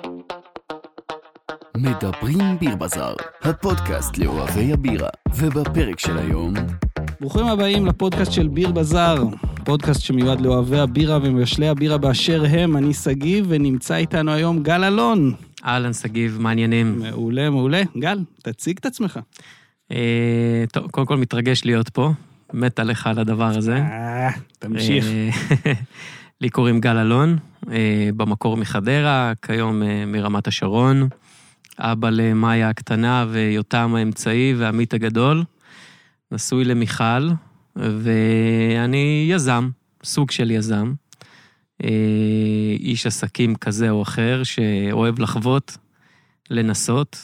מדברים ביר בזאר, הפודקאסט לאוהבי הבירה, ובפרק של היום... ברוכים הבאים לפודקאסט של ביר בזאר, פודקאסט שמיועד לאוהבי הבירה ומבשלי הבירה באשר הם. אני סגיב ונמצא איתנו היום גל אלון. אהלן סגיב, מעניינים. מעולה, מעולה. גל, תציג את עצמך. טוב, קודם כל מתרגש להיות פה, מת עליך על הדבר הזה. תמשיך. לי קוראים גל אלון, במקור מחדרה, כיום מרמת השרון, אבא למאיה הקטנה ויותם האמצעי ועמית הגדול, נשוי למיכל, ואני יזם, סוג של יזם, איש עסקים כזה או אחר, שאוהב לחוות, לנסות.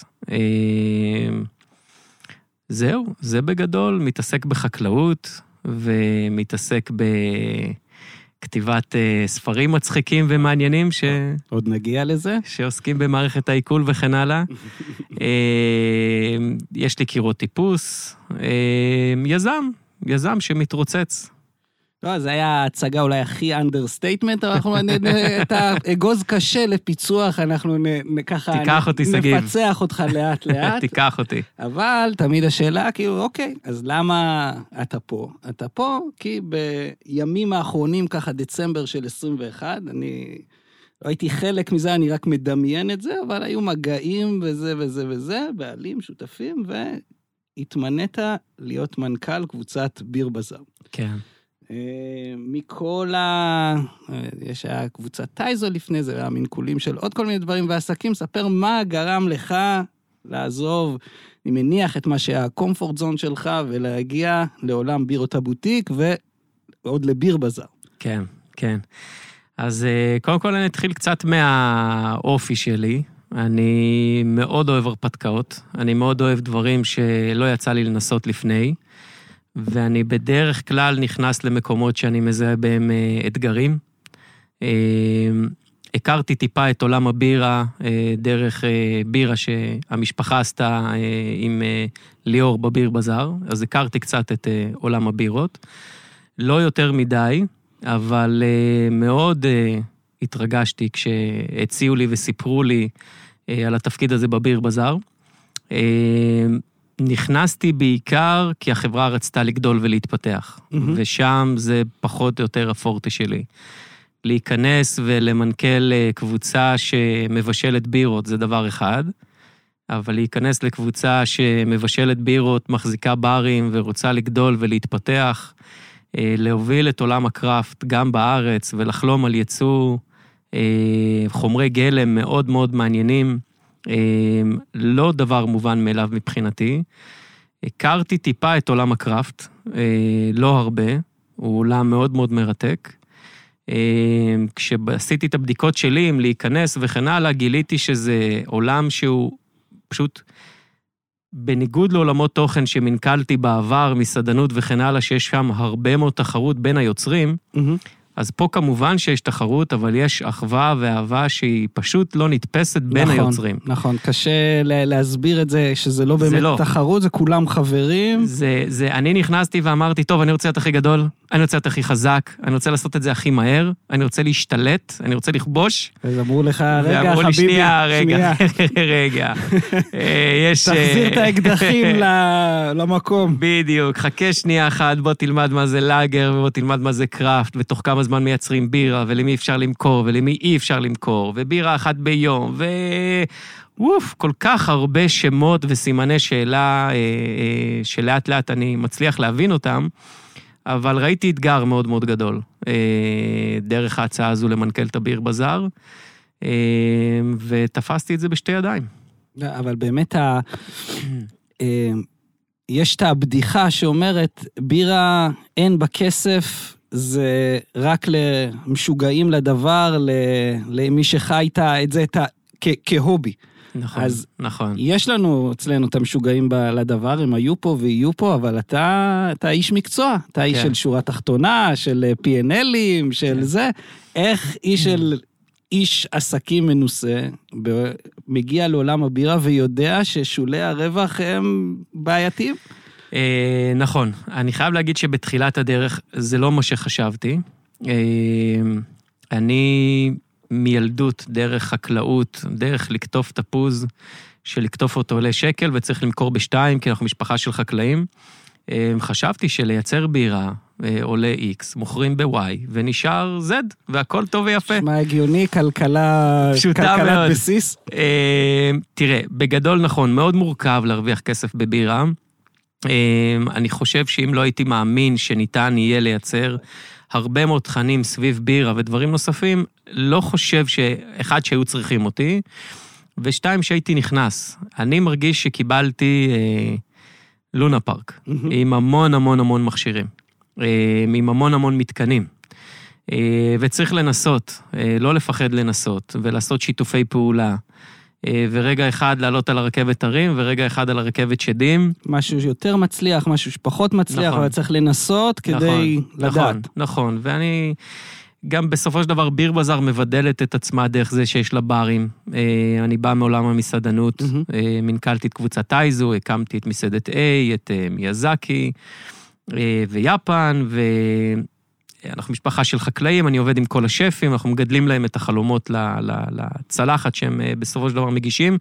זהו, זה בגדול, מתעסק בחקלאות, ומתעסק בכתיבת ספרים מצחיקים ומעניינים, עוד נגיע לזה. שעוסקים במערכת העיכול וכן הלאה. יש לי קירות טיפוס, יזם שמתרוצץ. לא, זה היה הצגה אולי הכי אנדרסטייטמנט, אבל אנחנו את האגוז קשה לפיצוח, אנחנו ככה... תיקח אותי, סגיב. נפצח אותך לאט לאט. תיקח אותי. אבל תמיד השאלה, כאילו, אוקיי, אז למה אתה פה? אתה פה כי בימים האחרונים, ככה דצמבר של 21, אני לא הייתי חלק מזה, אני רק מדמיין את זה, אבל היו מגעים וזה וזה וזה, בעלים, שותפים, והתמנית להיות מנכ"ל קבוצת ביר בזאר. כן. מכל יש היה קבוצת טייזו לפני זה, והמנכולים של עוד כל מיני דברים ועסקים, ספר מה גרם לך לעזוב, אני מניח את מה שהקומפורט זון שלך, ולהגיע לעולם בירות הבוטיק, ועוד לביר בזאר. כן, כן. אז קודם כל אני אתחיל קצת מהאופי שלי, אני מאוד אוהב הרפתקאות, אני מאוד אוהב דברים שלא יצא לי לנסות לפני, ואני בדרך כלל נכנס למקומות שאני מזהה בהם אתגרים. הכרתי טיפה את עולם הבירה, דרך בירה שהמשפחה עשתה עם ליאור בביר בזאר, אז הכרתי קצת את עולם הבירות. לא יותר מדי, אבל מאוד התרגשתי כשהציעו לי וסיפרו לי על התפקיד הזה בביר בזאר. נכנסתי בעיקר כי החברה רצתה לגדול ולהתפתח, ושם זה פחות או יותר הפורטה שלי. להיכנס ולמנכ"ל קבוצה שמבשלת בירות זה דבר אחד, אבל להיכנס לקבוצה שמבשלת בירות, מחזיקה ברים ורוצה לגדול ולהתפתח, להוביל את עולם הקראפט גם בארץ ולחלום על ייצוא חומרי גלם מאוד מאוד מעניינים, לא דבר מובן מאליו מבחינתי. הכרתי טיפה את עולם הקראפט, לא הרבה, הוא עולם מאוד מאוד מרתק. כשעשיתי את הבדיקות שלי עם להיכנס וכן הלאה, גיליתי שזה עולם שהוא פשוט, בניגוד לעולמות תוכן שמנכלתי בעבר, מסעדנות וכן הלאה, שיש שם הרבה מאוד תחרות בין היוצרים, אז פה כמובן שיש תחרות, אבל יש אחווה ואהבה שהיא פשוט לא נתפסת בין היוצרים. נכון, קשה להסביר את זה, שזה לא באמת תחרות, זה כולם חברים. אני נכנסתי ואמרתי, טוב, אני רוצה להיות הכי גדול, אני רוצה להיות הכי חזק, אני רוצה לעשות את זה הכי מהר, אני רוצה להשתלט, אני רוצה לכבוש. אז אמרו לך, רגע, ואמרו לי, חביבי, רגע. תחזיר את האקדחים למקום. בדיוק, חכה שנייה אחת, בוא תלמד מה זה לאגר, ובוא תלמד מה זה קראפט, ותוך כמה זמן מייצרים בירה, ולמי אפשר למכור, ולמי אי אפשר למכור, ובירה אחת ביום, כל כך הרבה שמות וסימני שאלה, שלאט לאט אני מצליח להבין אותם, אבל ראיתי אתגר מאוד מאוד גדול, דרך ההצעה הזו למנכ"ל את הביר בזאר, ותפסתי את זה בשתי ידיים. אבל באמת יש את הבדיחה שאומרת, בירה אין בכסף, זה רק למשוגעים לדבר, למי שחי את זה כהובי. נכון, אז נכון. יש לנו אצלנו את המשוגעים לדבר, הם היו פה ויהיו פה, אבל אתה איש מקצוע, אתה איש של שורה תחתונה, של P&L'ים, של זה. איך איש עסקים מנוסה, מגיע לעולם הבירה ויודע ששולי הרווח הם בעייתיים? נכון, אני חייב להגיד שבתחילת הדרך זה לא מה שחשבתי. אני מילדות, דרך חקלאות, דרך לקטוף תפוז, שלקטוף אותו עולה שקל וצריך למכור ב2, כי אנחנו משפחה של חקלאים. חשבתי שלייצר בירה עולה X, מוכרים ב-Y, ונשאר Z, והכל טוב ויפה. שמה הגיוני, כלכלת בסיס? תראה, בגדול נכון, מאוד מורכב להרוויח כסף בבירה. אני חושב שאם לא הייתי מאמין שניתן יהיה לייצר הרבה מאוד תכנים סביב בירה ודברים נוספים, לא חושב שאחד שהיו צריכים אותי, ושתיים שהייתי נכנס. אני מרגיש שקיבלתי לונה פארק, עם המון המון המון מכשירים, עם המון המון מתקנים, וצריך לנסות, לא לפחד לנסות, ולעשות שיתופי פעולה, ורגע אחד לעלות על הרכבת הרים, ורגע אחד על הרכבת שדים. משהו יותר מצליח, משהו שפחות מצליח, אבל צריך לנסות כדי לדעת. נכון, ואני גם בסופו של דבר ביר בזאר מבדלת את עצמה דרך זה שיש לה ברים. אני בא מעולם המסעדנות, מנכלתי את קבוצת טייזו, הקמתי את מסעדת A, את מיאזקי ויפן, אנחנו משפחה של חקלאים, אני עובד עם כל השפים, אנחנו מגדלים להם את החלומות לצלחת שהם בסופו של דבר מגישים.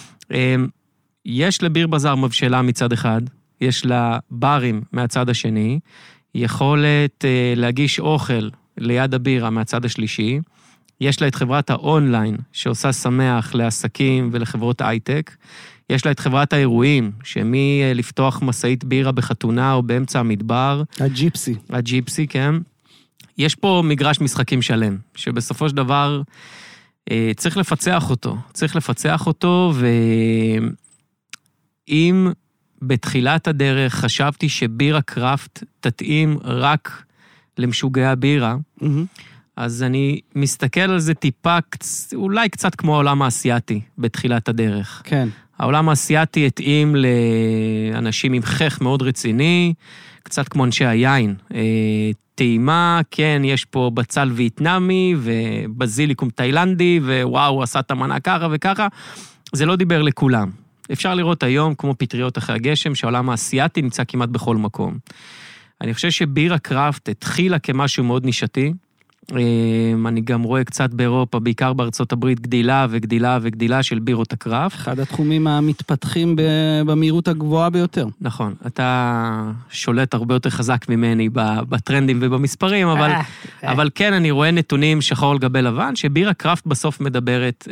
יש לביר בזאר מבשלה מצד אחד, יש לה ברים מהצד השני, יכולת להגיש אוכל ליד הבירה מהצד השלישי, יש לה את חברת האונליין שעושה שמח לעסקים ולחברות הייטק, יש לה את חברת האירועים, שמי לפתוח מסעית בירה בחתונה או באמצע המדבר. הג'יפסי, כן. יש פה מגרש משחקים שלם, שבסופו של דבר צריך לפצח אותו, ואם בתחילת הדרך חשבתי שבירה קראפט תתאים רק למשוגעי הבירה, אז אני מסתכל על זה טיפה, אולי קצת כמו העולם האסייתי בתחילת הדרך. כן. העולם האסייתי התאים לאנשים עם חך מאוד רציני, קצת כמו אנשי היין. טעימה, כן, יש פה בצל וייטנאמי, ובזיליקום תאילנדי, ווואו, עשה את המנה ככה וככה. זה לא דיבר לכולם. אפשר לראות היום, כמו פטריות אחרי הגשם, שהעולם האסייתי נמצא כמעט בכל מקום. אני חושב שבירה קראפט התחילה כמשהו מאוד נישתי, אני גם רואה קצת באירופה, בעיקר בארצות הברית, גדילה של בירות הקראפט. אחד התחומים המתפתחים במהירות הגבוהה ביותר. נכון, אתה שולט הרבה יותר חזק ממני בטרנדים ובמספרים, אבל כן, אני רואה נתונים שחור על גבי לבן, שבירה קראפט בסוף מדברת,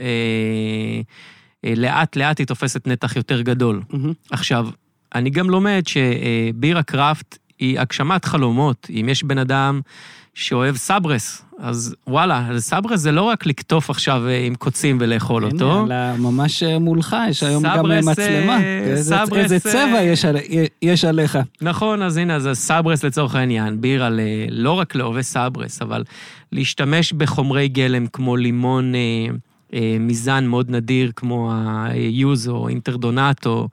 לאט לאט היא תופסת נתח יותר גדול. עכשיו, אני גם לומד שבירה קראפט היא הגשמת חלומות. אם יש בן אדם שאוהב סברס, אז וואלה, סברס זה לא רק לקטוף עכשיו עם קוצים ולאכול אותו. אלא ממש מולך, יש היום גם מצלמה. איזה צבע יש עליך. נכון, אז הנה, אז סברס לצורך העניין, בירה לא רק לאוהבי סברס, אבל להשתמש בחומרי גלם כמו לימון מזן מאוד נדיר, כמו היוזו, אינטרדונטו,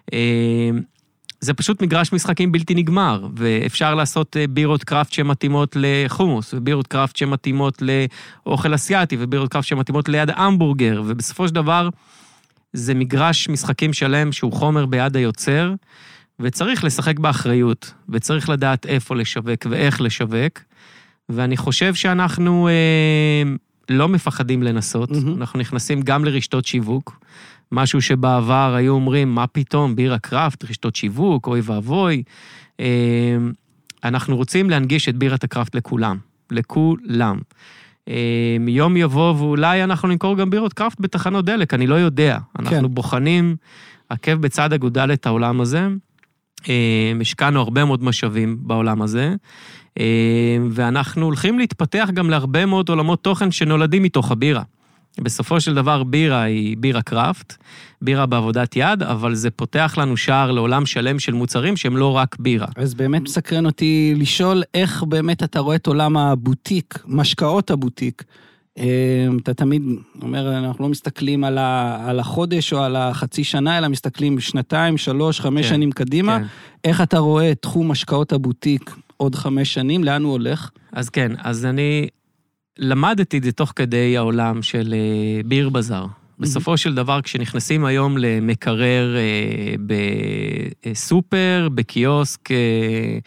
זה פשוט מגרש משחקים בלתי נגמר, ואפשר לעשות בירות קראפט שמתאימות לחומוס, ובירות קראפט שמתאימות לאוכל אסיאתי, ובירות קראפט שמתאימות ליד המבורגר, ובסופו של דבר זה מגרש משחקים שלם שהוא חומר ביד היוצר, וצריך לשחק באחריות, וצריך לדעת איפה לשווק ואיך לשווק, ואני חושב שאנחנו לא מפחדים לנסות, אנחנו נכנסים גם לרשתות שיווק, משהו שבעבר היו אומרים, מה פתאום, בירה קראפט, רשתות שיווק, אוי ואבוי. אנחנו רוצים להנגיש את בירת הקראפט לכולם. יום יבוא, ואולי אנחנו נמכור גם בירות קראפט בתחנות דלק, אני לא יודע. אנחנו בוחנים, עקב בצד אגודל את העולם הזה, השקענו הרבה מאוד משאבים בעולם הזה, ואנחנו הולכים להתפתח גם להרבה מאוד עולמות תוכן שנולדים מתוך הבירה. בסופו של דבר בירה היא בירה קראפט, בירה בעבודת יד, אבל זה פותח לנו שער לעולם שלם של מוצרים שהם לא רק בירה. אז באמת מסקרן אותי לשאול איך באמת אתה רואה את עולם הבוטיק, משקאות הבוטיק. אתה תמיד אומר, אנחנו לא מסתכלים על החודש או על החצי שנה, אלא מסתכלים 2, 3, 5 שנים קדימה. איך אתה רואה את תחום משקאות הבוטיק עוד 5 שנים, לאן הוא הולך? אז כן, אז אני למדתי את זה תוך כדי העולם של ביר בזאר. בסופו של דבר, כשנכנסים היום למקרר בסופר, בקיוסק,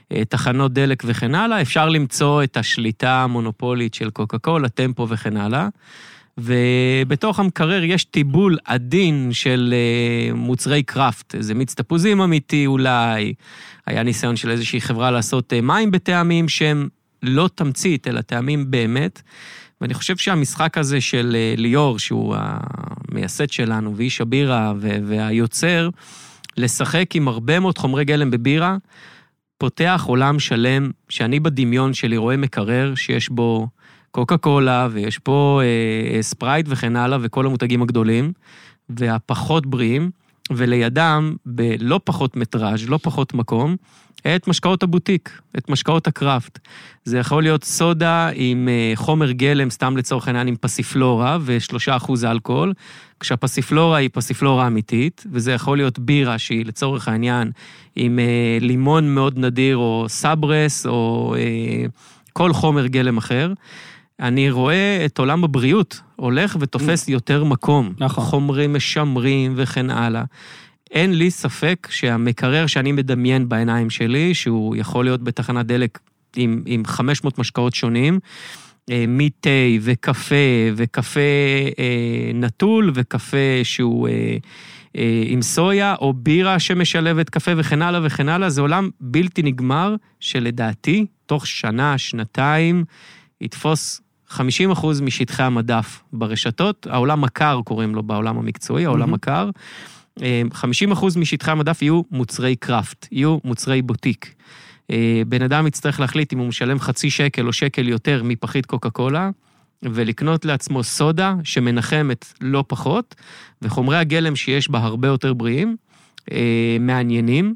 תחנות דלק וכן הלאה, אפשר למצוא את השליטה המונופולית של קוקה קולה, טמפו וכן הלאה, ובתוך המקרר יש טיבול עדין של מוצרי קראפט, איזה מיץ תפוזים אמיתי אולי, היה ניסיון של איזושהי חברה לעשות מים בטעמים שהם לא תמצית, אלא טעמים באמת, ואני חושב שהמשחק הזה של ליאור, שהוא המייסד שלנו, ואיש הבירה והיוצר, לשחק עם הרבה מאוד חומרי גלם בבירה, פותח עולם שלם, שאני בדמיון שלי רואה מקרר, שיש בו קוקה קולה, ויש פה ספרייט וכן הלאה, וכל המותגים הגדולים, והפחות בריאים, ולידם, בלא פחות מטראז', לא פחות מקום, את משקאות הבוטיק, את משקאות הקראפט. זה יכול להיות סודה עם חומר גלם, סתם לצורך העניין עם פסיפלורה, ו3% אלכוהול, כשהפסיפלורה היא פסיפלורה אמיתית, וזה יכול להיות בירה שהיא לצורך העניין עם לימון מאוד נדיר, או סברס, או כל חומר גלם אחר. אני רואה את עולם הבריאות הולך ותופס יותר מקום. נכון. חומרים משמרים וכן הלאה. אין לי ספק שהמקרר שאני מדמיין בעיניים שלי, שהוא יכול להיות בתחנת דלק עם 500 משקאות שונים, מתה וקפה נטול, וקפה שהוא עם סויה, או בירה שמשלבת קפה וכן הלאה וכן הלאה, זה עולם בלתי נגמר, שלדעתי, תוך שנה, שנתיים, יתפוס 50% משטחי המדף ברשתות, העולם הקר קוראים לו בעולם המקצועי, העולם הקר, 50% משטחי המדף יהיו מוצרי קראפט, יהיו מוצרי בוטיק. בן אדם יצטרך להחליט אם הוא משלם חצי שקל או שקל יותר מפחית קוקה קולה, ולקנות לעצמו סודה שמנחמת לא פחות, וחומרי הגלם שיש בה הרבה יותר בריאים, מעניינים.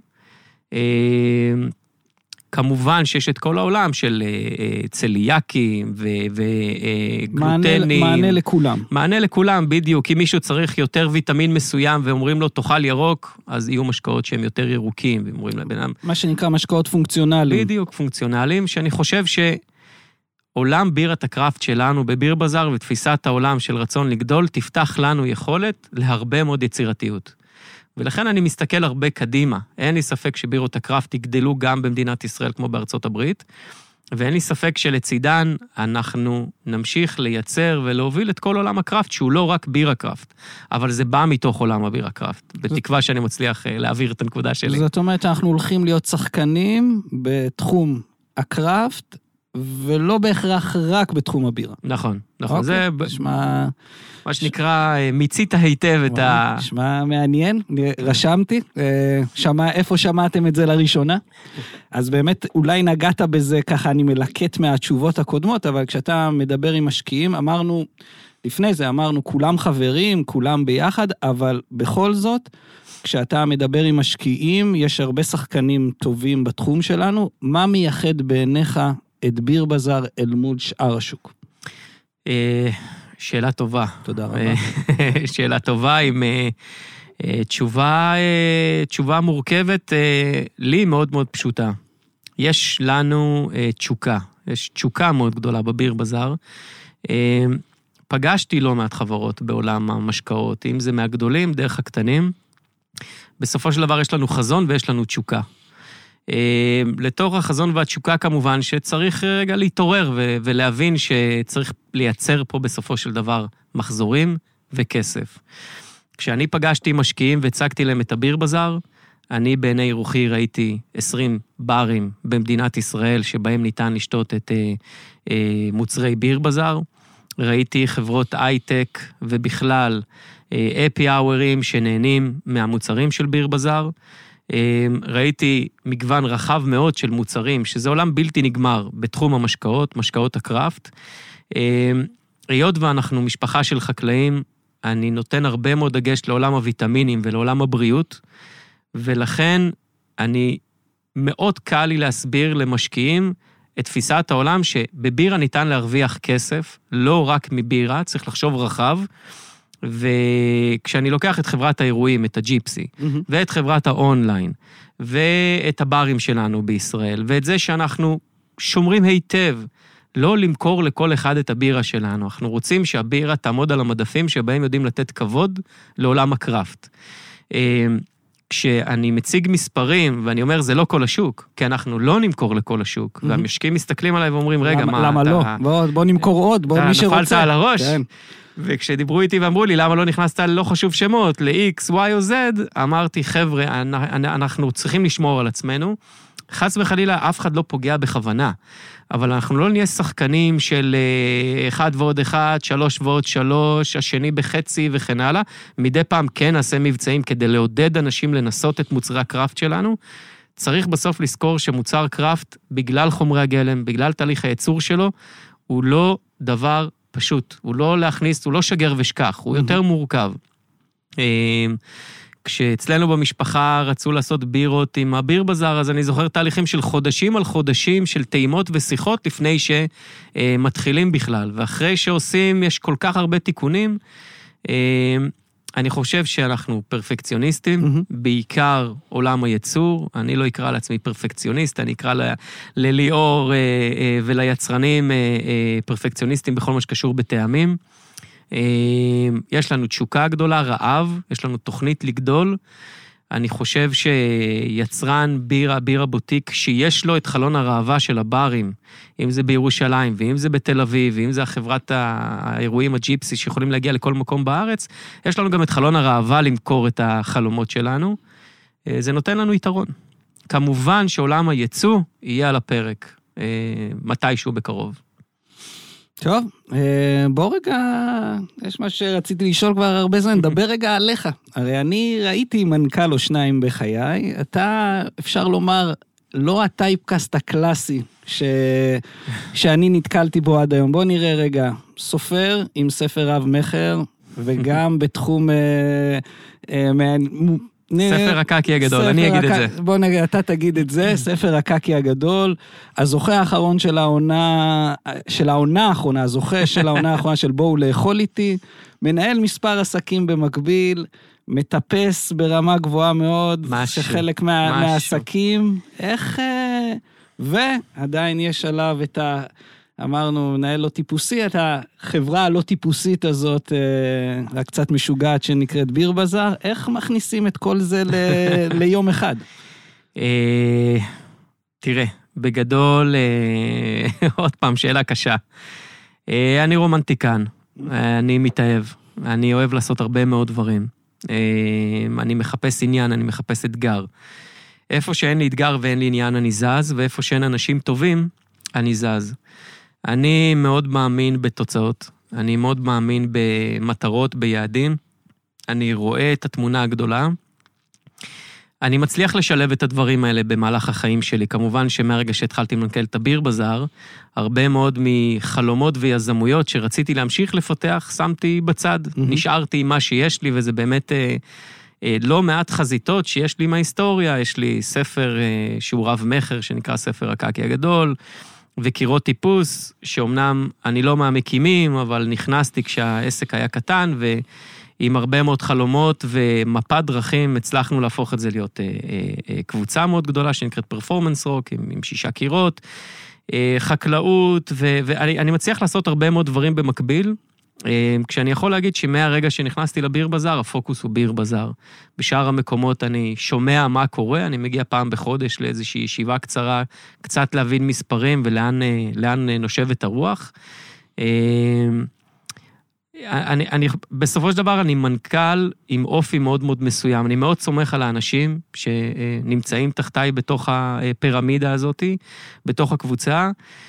כמובן שיש את כל העולם של צליאקים וגלוטנים. מענה לכולם. מענה לכולם, בדיוק. אם מישהו צריך יותר ויטמין מסוים ואומרים לו תאכל ירוק, אז יהיו משקאות שהם יותר ירוקים, ואומרים לבנם. מה שנקרא משקאות פונקציונליים. בדיוק, פונקציונליים, שאני חושב שעולם בירת הקראפט שלנו בביר בזאר ותפיסת העולם של רצון לגדול, תפתח לנו יכולת להרבה מאוד יצירתיות. ולכן אני מסתכל הרבה קדימה. אין לי ספק שבירות הקראפט יגדלו גם במדינת ישראל כמו בארצות הברית, ואין לי ספק שלצידן אנחנו נמשיך לייצר ולהוביל את כל עולם הקראפט, שהוא לא רק ביר הקראפט, אבל זה בא מתוך עולם הביר הקראפט, בתקווה שאני מצליח להעביר את הנקודה שלי. זאת אומרת שאנחנו הולכים להיות שחקנים בתחום הקראפט, ולא בהכרח רק בתחום הבירה. נכון, נכון. אוקיי, זה נשמע... מה שנקרא, מיצית היטב את ה... נשמע מעניין, רשמתי, איפה שמעתם את זה לראשונה? אז באמת, אולי נגעת בזה, ככה אני מלקט מהתשובות הקודמות, אבל כשאתה מדבר עם משקיעים, אמרנו, לפני זה אמרנו, כולם חברים, כולם ביחד, אבל בכל זאת, כשאתה מדבר עם משקיעים, יש הרבה שחקנים טובים בתחום שלנו, מה מייחד בעיניך את ביר בזאר אל מול שאר השוק? שאלה טובה. תודה רבה. שאלה טובה עם תשובה מורכבת, לי מאוד מאוד פשוטה. יש לנו תשוקה, יש תשוקה מאוד גדולה בביר בזאר. פגשתי לא מעט חברות בעולם המשקאות, אם זה מהגדולים, דרך הקטנים. בסופו של דבר יש לנו חזון ויש לנו תשוקה. לתוך החזון והתשוקה כמובן שצריך רגע להתעורר ולהבין שצריך לייצר פה בסופו של דבר מחזורים וכסף. כשאני פגשתי משקיעים והצגתי להם את הביר בזאר, אני בעיני רוחי ראיתי 20 ברים במדינת ישראל שבהם ניתן לשתות את מוצרי ביר בזאר, ראיתי חברות הייטק ובכלל אפי אאורים שנהנים מהמוצרים של ביר בזאר, ראיתי מגוון רחב מאוד של מוצרים, שזה עולם בלתי נגמר בתחום המשקאות, משקאות הקראפט. היות ואנחנו משפחה של חקלאים, אני נותן הרבה מאוד דגש לעולם הוויטמינים ולעולם הבריאות, ולכן אני מאוד קל לי להסביר למשקיעים את תפיסת העולם שבבירה ניתן להרוויח כסף, לא רק מבירה, צריך לחשוב רחב, וכשאני לוקח את חברת האירועים, את הג'יפסי, ואת חברת האונליין, ואת הברים שלנו בישראל, ואת זה שאנחנו שומרים היטב, לא למכור לכל אחד את הבירה שלנו, אנחנו רוצים שהבירה תעמוד על המדפים שבהם יודעים לתת כבוד לעולם הקראפט. כשאני מציג מספרים, ואני אומר, זה לא כל השוק, כי אנחנו לא נמכור לכל השוק, והמשקיעים מסתכלים עליי ואומרים, רגע, מה, למה לא? בוא נמכור עוד, בוא מי שרוצה. נפלת על הראש. וכשדיברו איתי ואמרו לי, למה לא נכנסת לא חשוב שמות, ל-X, Y או Z, אמרתי, חבר'ה, אנחנו צריכים לשמור על עצמנו, חס וחלילה, אף אחד לא פוגע בכוונה, אבל אנחנו לא נהיה שחקנים של 1 ועוד 1, 3 ועוד 3, השני בחצי וכן הלאה, מדי פעם כן נעשה מבצעים כדי לעודד אנשים לנסות את מוצרי הקראפט שלנו, צריך בסוף לזכור שמוצר קראפט, בגלל חומרי הגלם, בגלל תהליך הייצור שלו, הוא לא דבר פשוט, הוא לא להכניס, הוא לא שגר ושכח, הוא יותר מורכב. כשאצלנו במשפחה רצו לעשות בירות עם הביר בזאר, אז אני זוכר תהליכים של חודשים על חודשים של טעימות ושיחות לפני שמתחילים בכלל. ואחרי שעושים, יש כל כך הרבה תיקונים. אני חושב שאנחנו פרפקציוניסטים, בעיקר עולם הייצור. אני לא אקרא לעצמי פרפקציוניסט, אני אקרא לליאור וליצרנים פרפקציוניסטים בכל מה שקשור בטעמים. יש לנו תשוקה גדולה, רעב, יש לנו תוכנית לגדול. אני חושב שיצרן בירה בוטיק, שיש לו את חלון הרעבה של הברים, אם זה בירושלים, ואם זה בתל אביב, ואם זה החברת האירועים הג'יפסי, שיכולים להגיע לכל מקום בארץ, יש לנו גם את חלון הרעבה למכור את החלומות שלנו. זה נותן לנו יתרון. כמובן שעולם הייצוא יהיה על הפרק, מתישהו בקרוב. טוב, בוא רגע, יש מה שרציתי לשאול כבר הרבה זמן, דבר רגע עליך. הרי אני ראיתי מנכ"ל או שניים בחיי, אתה, אפשר לומר, לא הטייפקאסט הקלאסי שאני נתקלתי בו עד היום. בוא נראה רגע, סופר עם ספר רב מחר, וגם בתחום ספר הקקי הגדול, אני אגיד את זה. בוא נגיד, אתה תגיד את זה, ספר הקקי הגדול, הזוכה האחרון של העונה האחרונה, הזוכה של העונה האחרונה של בואו לאכול איתי, מנהל מספר עסקים במקביל, מטפס ברמה גבוהה מאוד, שחלק מהעסקים, איך, ועדיין יש עליו את אמרנו, מנהל לא טיפוסי, את החברה הלא טיפוסית הזאת, רק קצת משוגעת שנקראת ביר בזאר, איך מכניסים את כל זה ליום אחד? תראה, בגדול, עוד פעם, שאלה קשה. אני רומנטיקן, אני מתאהב, אני אוהב לעשות הרבה מאוד דברים. אני מחפש עניין, אני מחפש אתגר. איפה שאין לי אתגר ואין לי עניין, אני זז, ואיפה שאין אנשים טובים, אני זז. אני מאוד מאמין בתוצאות, אני מאוד מאמין במטרות, ביעדים, אני רואה את התמונה הגדולה, אני מצליח לשלב את הדברים האלה במהלך החיים שלי, כמובן שמהרגע שהתחלתי לנקל את הביר בזאר, הרבה מאוד מחלומות ויזמויות שרציתי להמשיך לפתח, שמתי בצד, נשארתי עם מה שיש לי, וזה באמת לא מעט חזיתות שיש לי מההיסטוריה, יש לי ספר שהוא רב מחר, שנקרא ספר הקקי הגדול, וקירות טיפוס, שאומנם אני לא מהמקימים, אבל נכנסתי כשהעסק היה קטן, ועם הרבה מאוד חלומות ומפת דרכים, הצלחנו להפוך את זה להיות קבוצה מאוד גדולה, שנקראת פרפורמנס רוק, עם 6 קירות, חקלאות, ואני מצליח לעשות הרבה מאוד דברים במקביל, כשאני יכול להגיד שמהרגע שנכנסתי לביר בזאר, הפוקוס הוא ביר בזאר. בשאר המקומות אני שומע מה קורה, אני מגיע פעם בחודש לאיזושהי ישיבה קצרה, קצת להבין מספרים ולאן נושבת הרוח. בסופו של דבר אני מנכ"ל עם אופי מאוד מאוד מסוים, אני מאוד סומך על האנשים שנמצאים תחתיי בתוך הפירמידה הזאת, בתוך הקבוצה,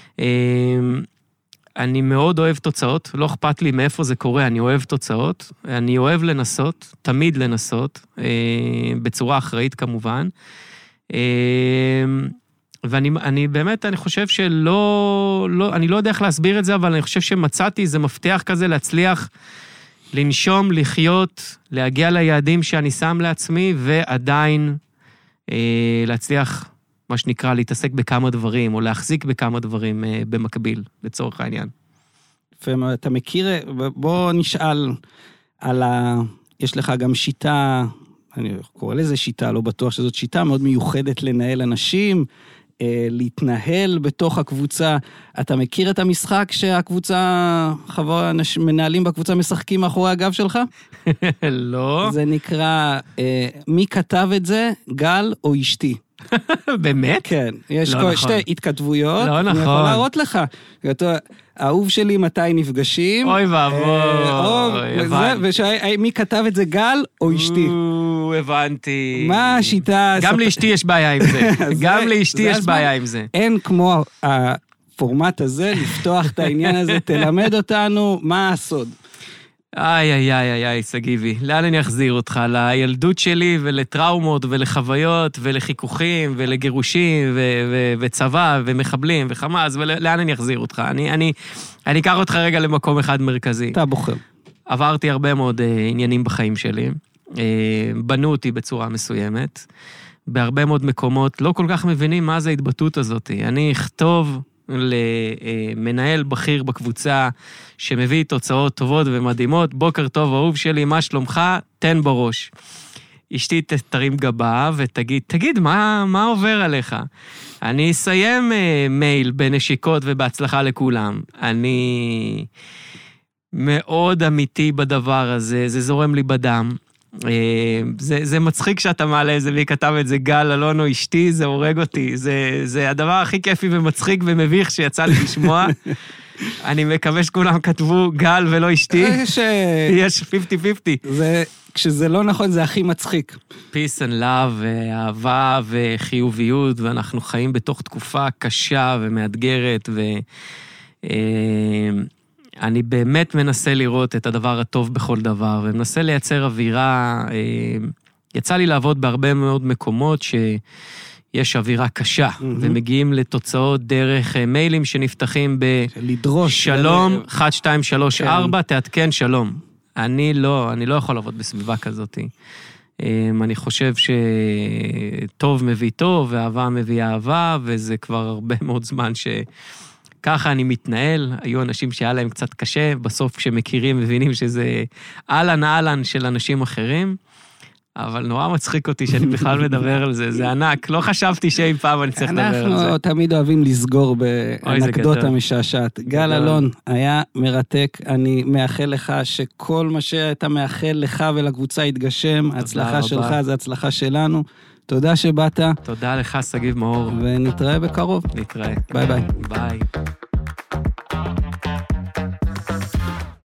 אני מאוד אוהב תוצאות, לא אכפת לי מאיפה זה קורה, אני אוהב תוצאות, אני אוהב לנסות, תמיד לנסות, בצורה אחראית כמובן, ואני באמת, אני חושב אני לא יודע איך להסביר את זה, אבל אני חושב שמצאתי איזה מפתח כזה להצליח לנשום, לחיות, להגיע ליעדים שאני שם לעצמי, ועדיין להצליח מה שנקרא, להתעסק בכמה דברים, או להחזיק בכמה דברים במקביל, לצורך העניין. אתה מכיר, בוא נשאל יש לך גם שיטה, אני קורא לזה שיטה, לא בטוח שזאת שיטה מאוד מיוחדת לנהל אנשים, להתנהל בתוך הקבוצה. אתה מכיר את המשחק שהקבוצה, מנהלים בקבוצה משחקים מאחורי הגב שלך? לא. זה נקרא, מי כתב את זה? גל או אשתי? באמת? כן. יש שתי התכתבויות. לא נכון. אני יכול להראות לך. האהוב שלי מתי נפגשים. אוי ואבוי. מי כתב את זה, גל או אשתי? הבנתי. מה השיטה? גם לאשתי יש בעיה עם זה. גם לאשתי יש בעיה עם זה. אין כמו הפורמט הזה, לפתוח את העניין הזה, תלמד אותנו מה הסוד. איי, סגיבי, לאן אני אחזיר אותך? לילדות שלי ולטראומות ולחוויות ולחיכוכים ולגירושים וצבא ומחבלים וחמאס, ולאן אני אחזיר אותך? אני אקח אותך רגע למקום אחד מרכזי. אתה בוחר. עברתי הרבה מאוד עניינים בחיים שלי, בנו אותי בצורה מסוימת, בהרבה מאוד מקומות לא כל כך מבינים מה זה ההתבטאות הזאת. אני אכתוב למנהל בכיר בקבוצה שמביא תוצאות טובות ומדהימות, בוקר טוב אהוב שלי, מה שלומך? תן בראש. אשתי תרים גבה ותגיד, מה עובר עליך? אני אסיים מייל בנשיקות ובהצלחה לכולם. אני מאוד אמיתי בדבר הזה, זה זורם לי בדם. זה מצחיק שאתה מעלה איזה, מי כתב את זה, גל, אלון או אשתי, זה הורג אותי. זה הדבר הכי כיפי ומצחיק ומביך שיצא לי לשמוע. אני מקווה שכולם כתבו גל ולא אשתי. יש 50-50. כשזה לא נכון, זה הכי מצחיק. Peace and love, אהבה וחיוביות, ואנחנו חיים בתוך תקופה קשה ומאתגרת, אני באמת מנסה לראות את הדבר הטוב בכל דבר, ומנסה לייצר אווירה, יצא לי לעבוד בהרבה מאוד מקומות שיש אווירה קשה, ומגיעים לתוצאות דרך מיילים שנפתחים שלום, 1, 2, 3, 4, תעדכן שלום. אני לא יכול לעבוד בסביבה כזאת. אני חושב שטוב מביא טוב, ואהבה מביא אהבה, וזה כבר הרבה מאוד זמן ככה אני מתנהל, היו אנשים שהיה להם קצת קשה, בסוף כשמכירים מבינים שזה אהלן של אנשים אחרים, אבל נורא מצחיק אותי שאני בכלל מדבר על זה, זה ענק, לא חשבתי שאי פעם אני צריך לדבר על זה. אנחנו תמיד אוהבים לסגור באנקדוטה משעשעת. גל אלון, היה מרתק, אני מאחל לך שכל מה שאתה מאחל לך ולקבוצה יתגשם, ההצלחה שלך זה הצלחה שלנו, תודה שבאת. תודה לך, סגיב מאור. ונתראה בקרוב. נתראה. ביי ביי. ביי.